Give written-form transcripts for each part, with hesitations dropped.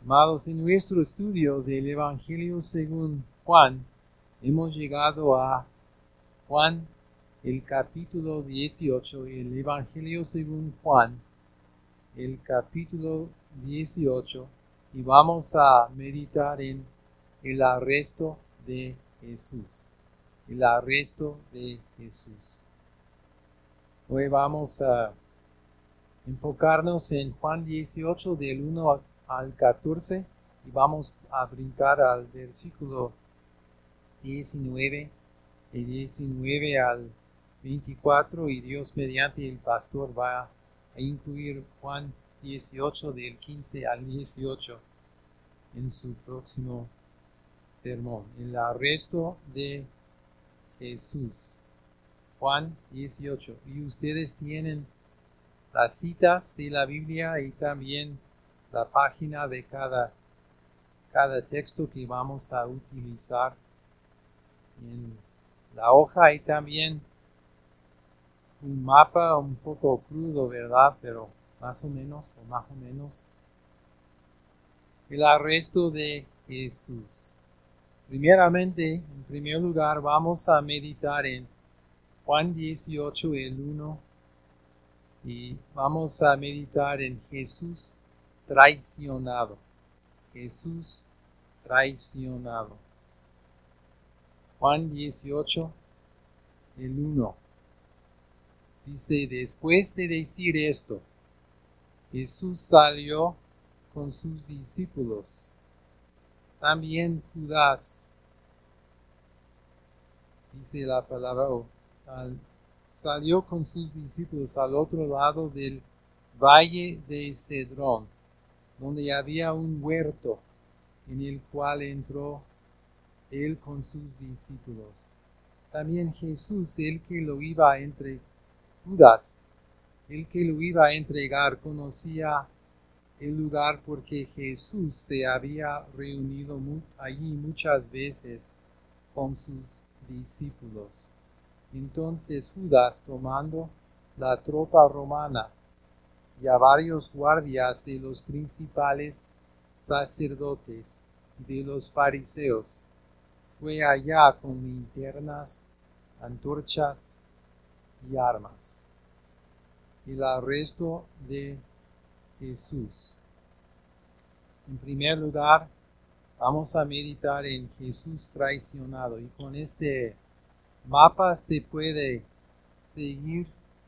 Amados, en nuestro estudio del Evangelio según Juan, hemos llegado a Juan, el capítulo 18, y el Evangelio según Juan, el capítulo 18, y vamos a meditar en el arresto de Jesús. El arresto de Jesús. Hoy vamos a enfocarnos en Juan 18 del 1 al 14 y vamos a brincar al versículo 19 y 19 al 24 y Dios mediante el pastor va a incluir Juan 18 del 15 al 18 en su próximo sermón. El arresto de Jesús. Juan 18. Y ustedes tienen las citas de la Biblia y también la página de cada texto que vamos a utilizar en la hoja, y también un mapa un poco crudo, ¿verdad? Pero más o menos. El arresto de Jesús. Primeramente, en primer lugar, vamos a meditar en Juan 18, el 1, y vamos a meditar en Jesús traicionado. Jesús traicionado. Juan 18, el 1. Dice, después de decir esto, Jesús salió con sus discípulos. También Judas, dice la palabra, salió con sus discípulos al otro lado del valle de Cedrón, donde había un huerto, en el cual entró él con sus discípulos. También Jesús, el que lo iba a Judas, el que lo iba a entregar, conocía el lugar porque Jesús se había reunido allí muchas veces con sus discípulos. Entonces Judas, tomando la tropa romana y a varios guardias de los principales sacerdotes y de los fariseos, fue allá con linternas, antorchas y armas. El arresto de Jesús. En primer lugar, vamos a meditar en Jesús traicionado, y con este mapa se puede seguir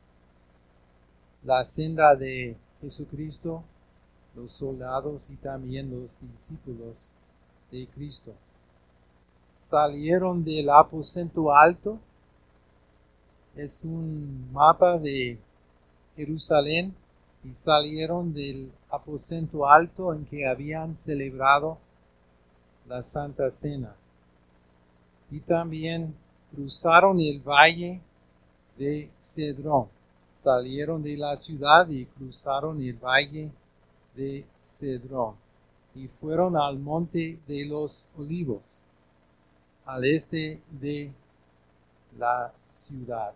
la senda de Jesucristo, los soldados y también los discípulos de Cristo. Salieron del aposento alto. Es un mapa de Jerusalén, y salieron del aposento alto en que habían celebrado la Santa Cena. Y también cruzaron el valle de Cedrón. Salieron de la ciudad y cruzaron el valle de Cedrón y fueron al monte de los Olivos, al este de la ciudad.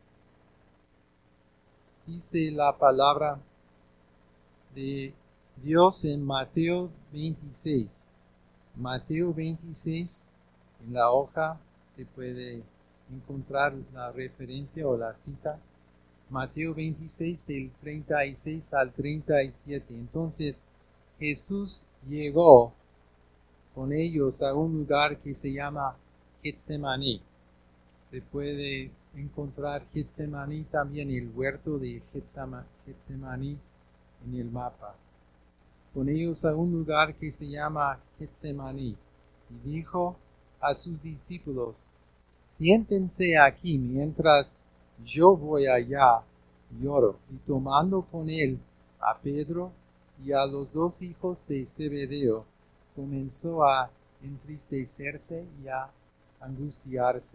Dice la palabra de Dios en Mateo 26. Mateo 26, en la hoja se puede encontrar la referencia o la cita. Mateo 26 del 36 al 37. Entonces Jesús llegó con ellos a un lugar que se llama Getsemaní. Se puede encontrar Getsemaní también, el huerto de Getsemaní en el mapa. Con ellos a un lugar que se llama Getsemaní, y dijo a sus discípulos, siéntense aquí mientras yo voy allá y oro. Y tomando con él a Pedro y a los dos hijos de Zebedeo, comenzó a entristecerse y a angustiarse.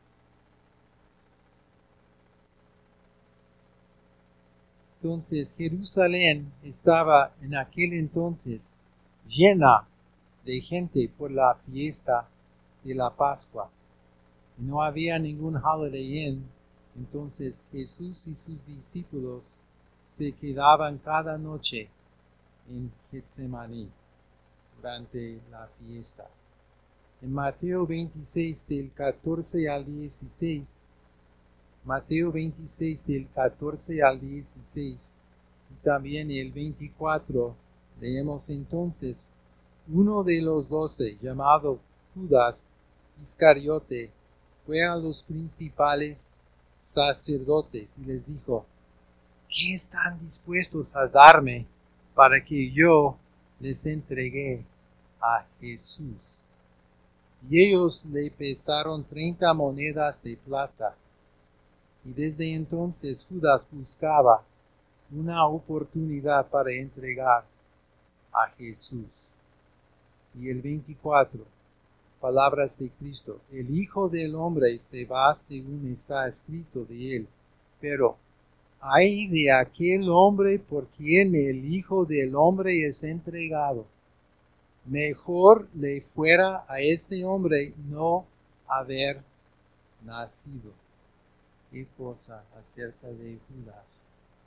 Entonces Jerusalén estaba en aquel entonces llena de gente por la fiesta de la Pascua. No había ningún Holiday Inn, entonces Jesús y sus discípulos se quedaban cada noche en Getsemaní. durante la fiesta. En Mateo 26 del 14 al 16, Mateo 26 del 14 al 16 y también el 24, leemos entonces: uno de los 12, llamado Judas Iscariote, fue a los principales sacerdotes y les dijo: ¿qué están dispuestos a darme para que yo les entregue a Jesús? Y ellos le pesaron 30 monedas de plata. Y desde entonces Judas buscaba una oportunidad para entregar a Jesús. Y el 24, palabras de Cristo: el Hijo del Hombre se va según está escrito de él, pero ay de aquel hombre por quien el Hijo del Hombre es entregado. Mejor le fuera a ese hombre no haber nacido. Qué cosa acerca de Judas.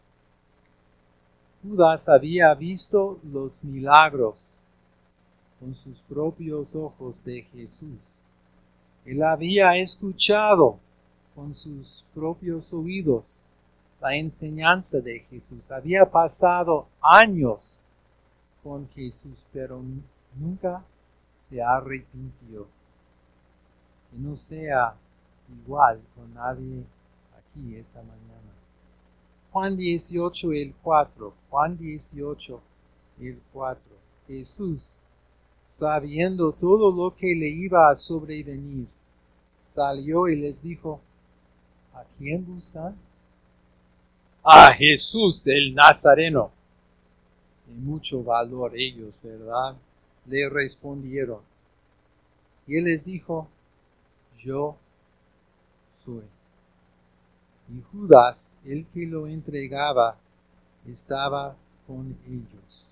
Judas había visto los milagros con sus propios ojos de Jesús. Él había escuchado con sus propios oídos la enseñanza de Jesús. Había pasado años con Jesús, pero nunca se arrepintió. Que no sea igual con nadie aquí esta mañana. Juan 18, el 4. Juan 18, el 4. Jesús, sabiendo todo lo que le iba a sobrevenir, salió y les dijo: ¿a quién buscan? A Jesús el Nazareno. De mucho valor ellos, ¿verdad? Le respondieron. Y él les dijo: yo soy. Y Judas, el que lo entregaba, estaba con ellos.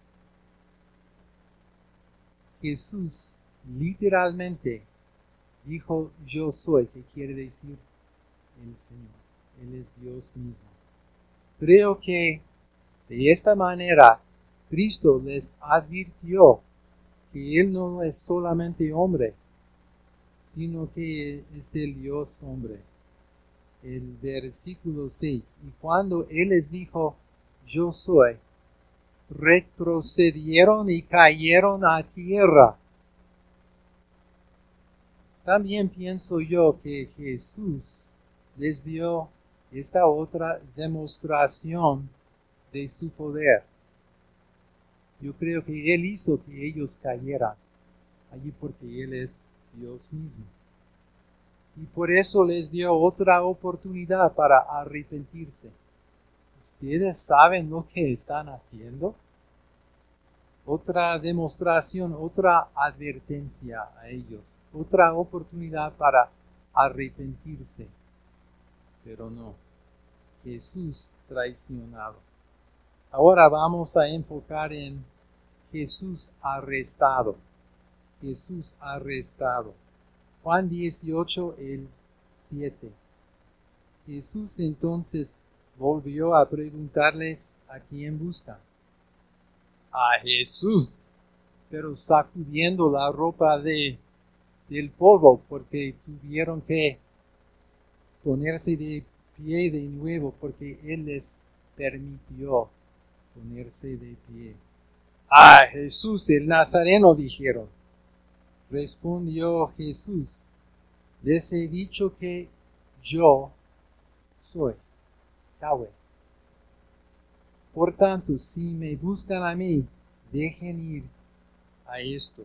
Jesús literalmente dijo: yo soy, que quiere decir el Señor. Él es Dios mismo. Creo que de esta manera Cristo les advirtió que Él no es solamente hombre, sino que es el Dios hombre. El versículo 6. Y cuando Él les dijo: yo soy, retrocedieron y cayeron a tierra. También pienso yo que Jesús les dio esta otra demostración de su poder. Yo creo que Él hizo que ellos cayeran allí porque Él es Dios mismo. Y por eso les dio otra oportunidad para arrepentirse. ¿Ustedes saben lo que están haciendo? Otra demostración, otra advertencia a ellos. Otra oportunidad para arrepentirse. Pero no. Jesús traicionado. Ahora vamos a enfocar en Jesús arrestado. Jesús arrestado. Juan 18, el 7. Jesús entonces volvió a preguntarles: ¿a quién buscan? A Jesús, pero sacudiendo la ropa del polvo, porque tuvieron que ponerse de pie de nuevo, porque Él les permitió ponerse de pie. A Jesús el Nazareno, dijeron. Respondió Jesús: les he dicho que yo soy Yahweh. Por tanto, si me buscan a mí, dejen ir a estos.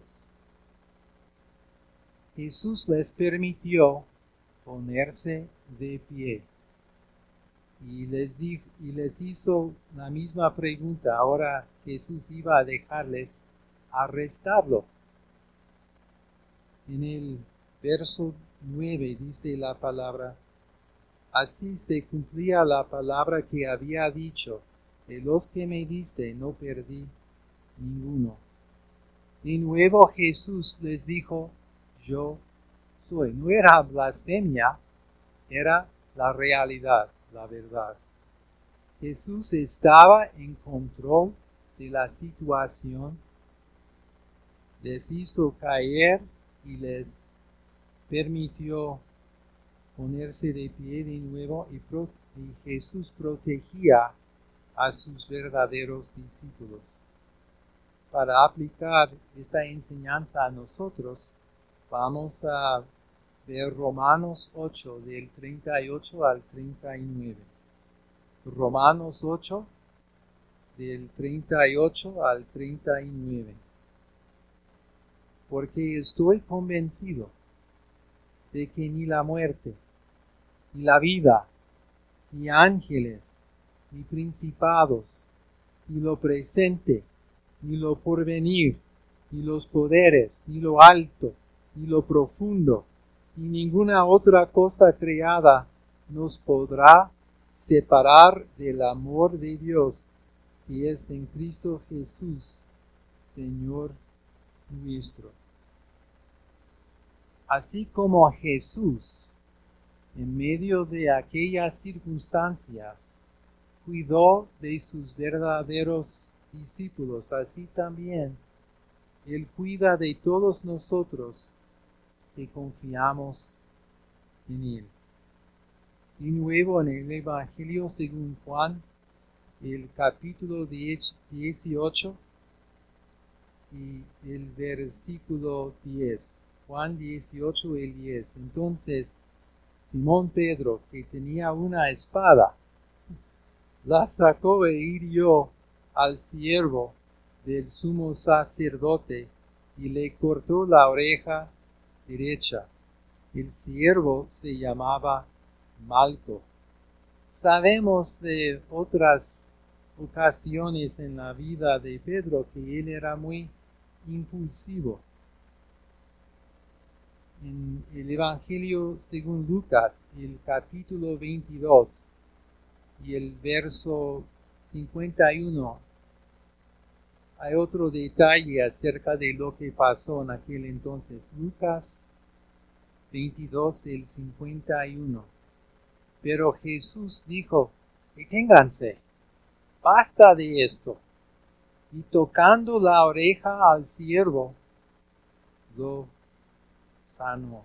Jesús les permitió ponerse de pie y les hizo la misma pregunta. Ahora Jesús iba a dejarles arrestarlo. En el verso 9 dice la palabra: así se cumplía la palabra que había dicho: de los que me diste no perdí ninguno. De nuevo Jesús les dijo: yo soy. No era blasfemia, era la realidad, la verdad. Jesús estaba en control de la situación. les hizo caer y les permitió ponerse de pie de nuevo, y Jesús protegía a sus verdaderos discípulos. Para aplicar esta enseñanza a nosotros, vamos a ver Romanos 8, del 38 al 39. Romanos 8, del 38 al 39. Porque estoy convencido de que ni la muerte, ni la vida, ni ángeles, ni principados, ni lo presente, ni lo porvenir, ni los poderes, ni lo alto, ni lo profundo, ni ninguna otra cosa creada nos podrá separar del amor de Dios que es en Cristo Jesús, Señor nuestro. Así como Jesús, en medio de aquellas circunstancias, cuidó de sus verdaderos discípulos, así también Él cuida de todos nosotros que confiamos en Él. De nuevo en el Evangelio según Juan, el capítulo 18 y el versículo 10. Juan 18, el 10. Entonces Simón Pedro, que tenía una espada, la sacó e hirió al siervo del sumo sacerdote y le cortó la oreja derecha. El siervo se llamaba Malco. Sabemos de otras ocasiones en la vida de Pedro que él era muy impulsivo. En el Evangelio según Lucas, el capítulo 22 y el verso 51, hay otro detalle acerca de lo que pasó en aquel entonces. Lucas 22, el 51. Pero Jesús dijo: deténganse, basta de esto. Y tocando la oreja al siervo, lo sanó.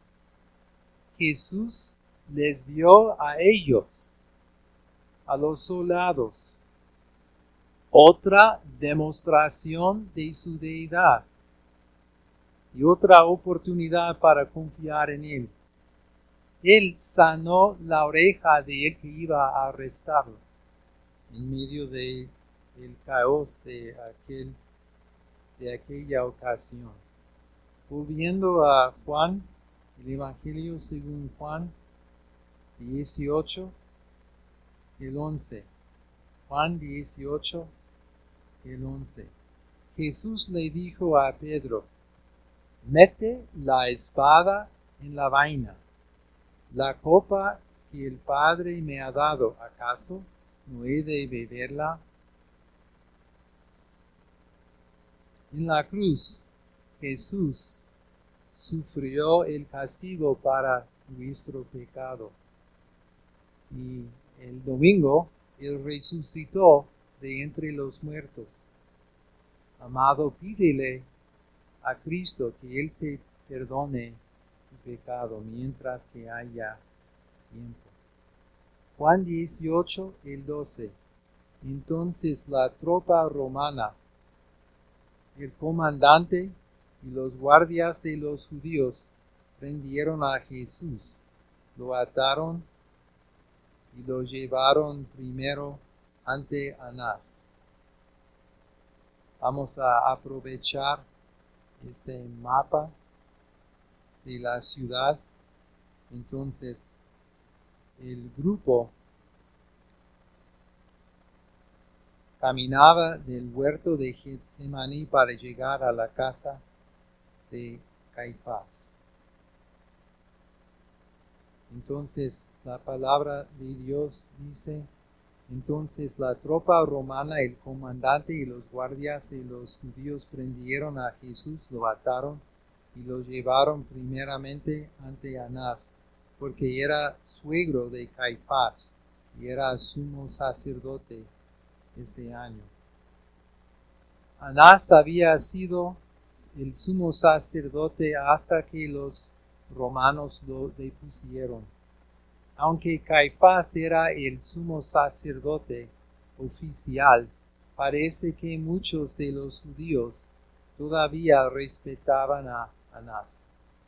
Jesús les dio a ellos, a los soldados, otra demostración de su deidad y otra oportunidad para confiar en Él. Él sanó la oreja de él que iba a arrestarlo en medio del caos de aquella ocasión. Volviendo a Juan, el Evangelio según Juan 18, el 11. Juan 18, el 11. Jesús le dijo a Pedro: mete la espada en la vaina. La copa que el Padre me ha dado, ¿acaso no he de beberla? En la cruz, Jesús sufrió el castigo para nuestro pecado. Y el domingo, Él resucitó de entre los muertos. Amado, pídele a Cristo que Él te perdone tu pecado mientras que haya tiempo. Juan 18, el 12. Entonces la tropa romana, el comandante y los guardias de los judíos prendieron a Jesús, lo ataron y lo llevaron primero ante Anás. Vamos a aprovechar este mapa de la ciudad. Entonces, el grupo caminaba del huerto de Getsemaní para llegar a la casa de Caifás. Entonces, la palabra de Dios dice: entonces la tropa romana, el comandante y los guardias de los judíos prendieron a Jesús, lo ataron y lo llevaron primeramente ante Anás, porque era suegro de Caifás y era sumo sacerdote ese año. Anás había sido el sumo sacerdote hasta que los romanos lo depusieron. Aunque Caifás era el sumo sacerdote oficial, parece que muchos de los judíos todavía respetaban a Anás.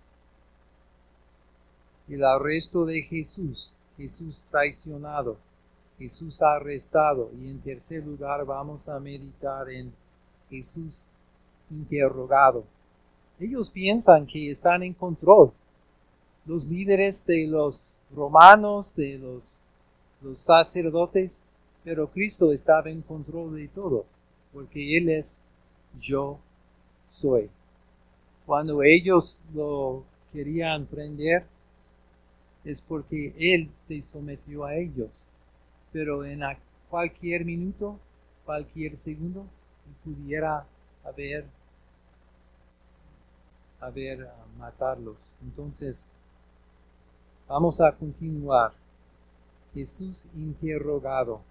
El arresto de Jesús, Jesús traicionado, Jesús arrestado, y en tercer lugar vamos a meditar en Jesús interrogado. Ellos piensan que están en control. Los líderes de los romanos, de los sacerdotes, pero Cristo estaba en control de todo, porque Él es yo soy. Cuando ellos lo querían prender, es porque Él se sometió a ellos. Pero en cualquier minuto, cualquier segundo, pudiera haber matarlos. Entonces, vamos a continuar. Jesús interrogado.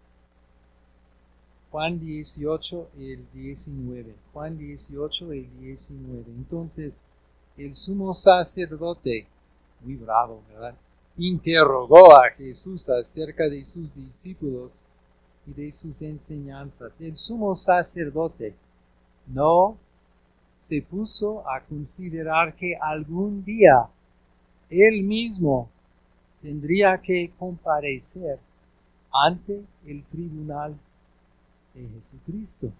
Juan 18, el 19. Juan 18, el 19. Entonces, el sumo sacerdote, muy bravo, ¿verdad?, interrogó a Jesús acerca de sus discípulos y de sus enseñanzas. El sumo sacerdote no se puso a considerar que algún día él mismo tendría que comparecer ante el tribunal de Jesucristo.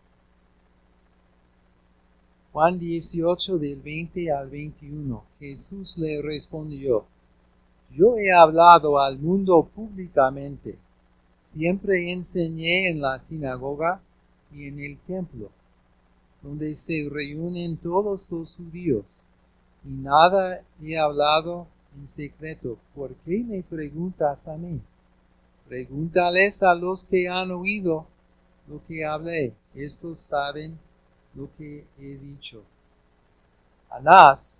Juan 18, del 20 al 21. Jesús le respondió: yo he hablado al mundo públicamente. Siempre enseñé en la sinagoga y en el templo, donde se reúnen todos los judíos, y nada he hablado en secreto. ¿Por qué me preguntas a mí? Pregúntales a los que han oído lo que hablé. Estos saben lo que he dicho. Anás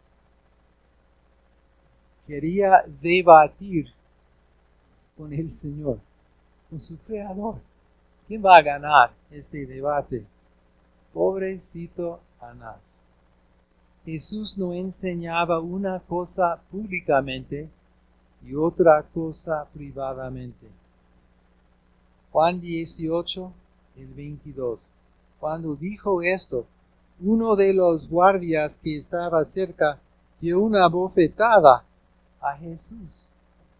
quería debatir con el Señor, con su Creador. ¿Quién va a ganar este debate? Pobrecito Anás. Jesús no enseñaba una cosa públicamente y otra cosa privadamente. Juan 18, el 22. Cuando dijo esto, uno de los guardias que estaba cerca dio una bofetada a Jesús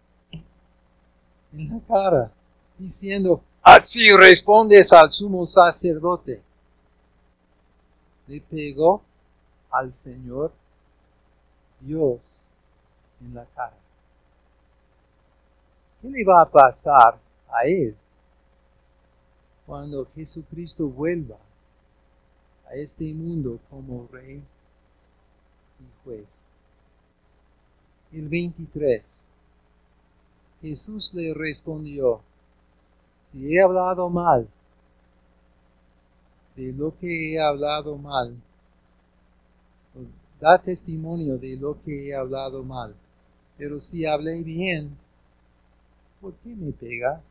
en la cara, diciendo: así respondes al sumo sacerdote. Le pegó al Señor Dios en la cara. ¿Qué le va a pasar a él cuando Jesucristo vuelva a este mundo como Rey y Juez? El 23. Jesús le respondió: si he hablado mal, de lo que he hablado mal, da testimonio de lo que he hablado mal. Pero si hablé bien, ¿por qué me pega?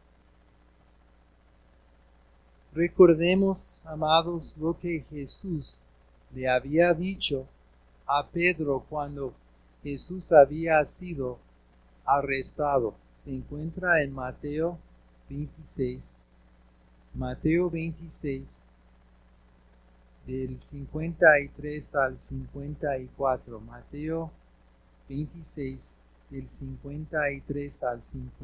Recordemos, amados, lo que Jesús le había dicho a Pedro cuando Jesús había sido arrestado. Se encuentra en Mateo 26. Mateo 26, del 53 al 54. Mateo 26, del 53 al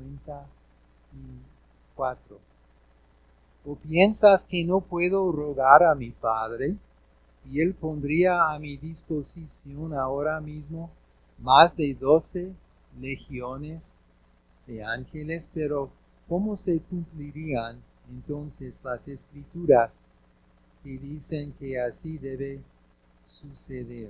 54. ¿O piensas que no puedo rogar a mi Padre, y Él pondría a mi disposición ahora mismo más de 12 legiones de ángeles? Pero ¿cómo se cumplirían entonces las Escrituras que dicen que así debe suceder?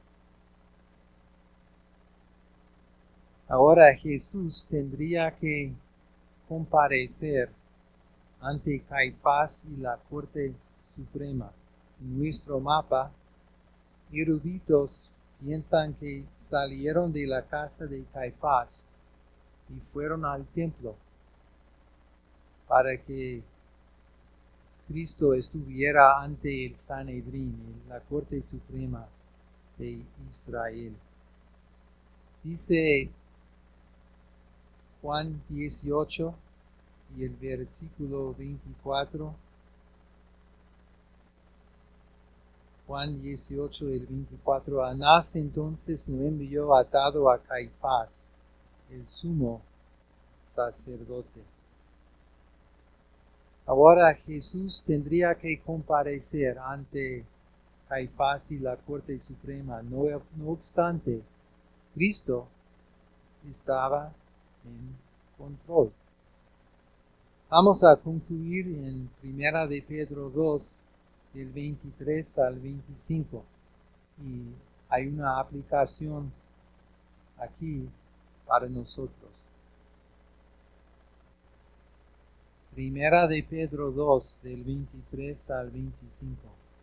Ahora Jesús tendría que comparecer ante Caifás y la Corte Suprema. En nuestro mapa, eruditos piensan que salieron de la casa de Caifás y fueron al templo para que Cristo estuviera ante el Sanedrín, la Corte Suprema de Israel. Dice Juan 18 y el versículo 24. Juan 18, el 24. Anás entonces lo envió atado a Caifás, el sumo sacerdote. Ahora Jesús tendría que comparecer ante Caifás y la Corte Suprema. No obstante, Cristo estaba en control. Vamos a concluir en 1 de Pedro 2, del 23 al 25. Y hay una aplicación aquí para nosotros. 1 de Pedro 2, del 23 al 25.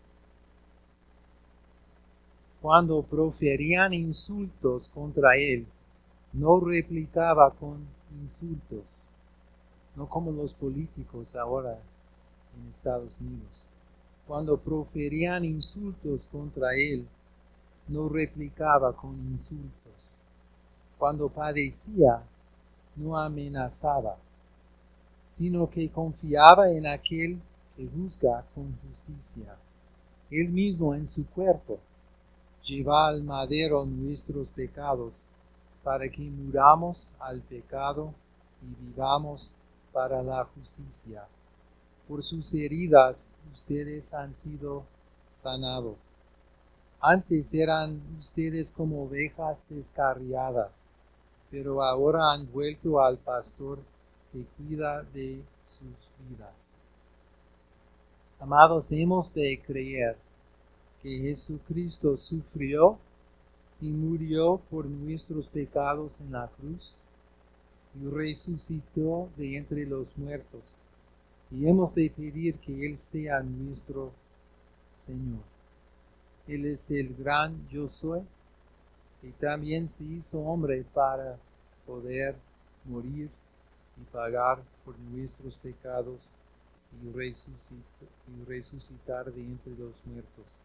Cuando proferían insultos contra él, no replicaba con insultos, no como los políticos ahora en Estados Unidos. Cuando proferían insultos contra él, no replicaba con insultos. Cuando padecía, no amenazaba, sino que confiaba en aquel que juzga con justicia. Él mismo en su cuerpo lleva al madero nuestros pecados, para que muramos al pecado y vivamos para la justicia. Por sus heridas ustedes han sido sanados. Antes eran ustedes como ovejas descarriadas, pero ahora han vuelto al pastor que cuida de sus vidas. Amados, hemos de creer que Jesucristo sufrió y murió por nuestros pecados en la cruz y resucitó de entre los muertos. Y hemos de pedir que Él sea nuestro Señor. Él es el gran yo soy, y también se hizo hombre para poder morir y pagar por nuestros pecados y resucitar de entre los muertos.